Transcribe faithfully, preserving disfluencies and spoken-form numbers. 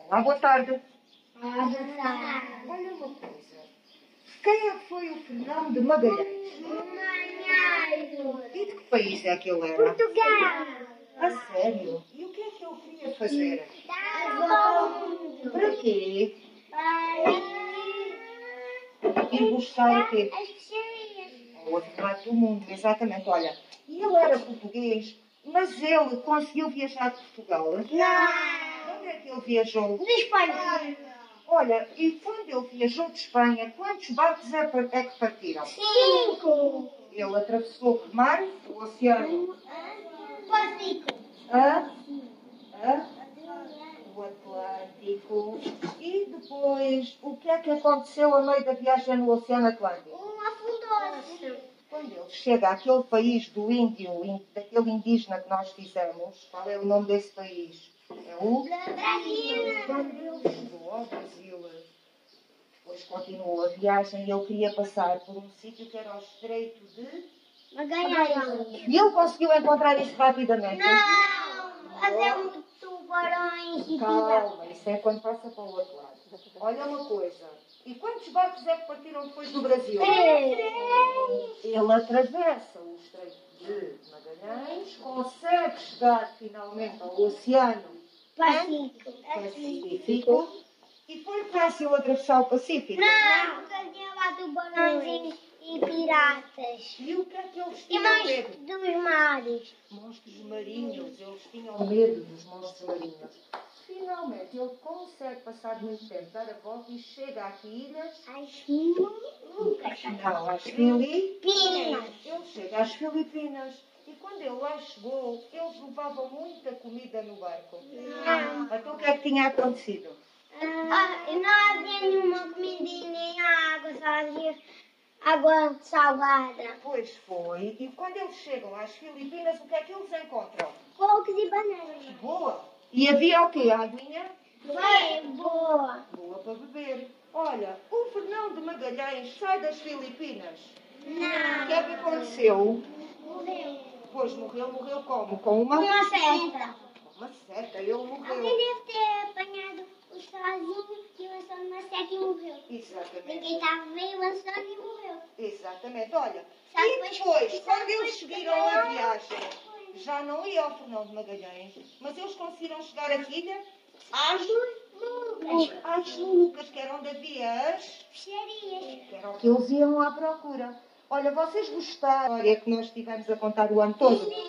Olá, boa tarde. Ah, boa tarde. Olha uma coisa. Quem é que foi o Fernão de Magalhães? Marinheiro. E de que país é que ele era? Portugal. A sério? E o que é que ele queria fazer? Dar ao mundo. Para quê? Para Ir buscar o quê? as especiarias. O outro lado do mundo, exatamente. Olha, e ele era português, mas ele conseguiu viajar de Portugal. Não. Onde é que ele viajou? De Espanha. Olha, e quando ele viajou de Espanha, quantos barcos é pa- é que partiram? Cinco. Ele atravessou o mar, o oceano, Pacífico. a, a, o Atlântico. E depois, o que é que aconteceu a meio da viagem no Oceano Atlântico? Um afundou-se. Quando ele chega àquele país do índio, in- daquele indígena que nós fizemos, qual é o nome desse país? É o... Brasil. Quando ele chegou ao Brasil, depois continuou a viagem e ele queria passar por um sítio que era o Estreito de... Magalhães. E ele conseguiu encontrar isso rapidamente. Não. Fazer um tubarões e Calma, isso é quando passa para o outro lado. Olha uma coisa. E quantos barcos é que partiram depois do Brasil? Ele atravessa o Estreito de Magalhães, consegue chegar finalmente ao Oceano Pacífico. Pacífico. E foi fácil atravessar o Pacífico. Não, porque havia lá tubarões e piratas. E o que é que eles E tinham mais medo? dos mares. Monstros marinhos. Eles tinham medo dos monstros marinhos. Finalmente ele consegue passar muito tempo, dar a volta e chega àqui ilhas. As Lucas. Não, às Filipinas. Pinas. Ele chega às Filipinas. E quando ele lá chegou, eles levavam muita comida no barco. Não. Então o que é que tinha acontecido? Ah, não havia nenhuma comida e nem água, só havia água salgada. Pois foi. E quando eles chegam às Filipinas, o que é que eles encontram? Cocos e bananas. Boa. E havia o quê? A aguinha? Foi boa. Boa para beber. Olha, o Fernão de Magalhães sai das Filipinas. O Não. que é que aconteceu? Morreu. Pois morreu, morreu como? Com uma... Uma seta. Com uma seta. Ele Alguém morreu. deve ter apanhado o sozinho e lançou numa seta e morreu. Exatamente. Ninguém estava bem lançando e morreu. Exatamente. Olha, Sabe e depois- depois, sabe quando eles depois seguiram que- a viagem, já não ia ao Fernão de Magalhães, mas eles conseguiram chegar à ilha às Lucas. às Lucas, que era onde havia as... Peixarias. que era o que eles iam à procura. Olha, vocês gostaram da história que nós estivemos a contar o ano todo?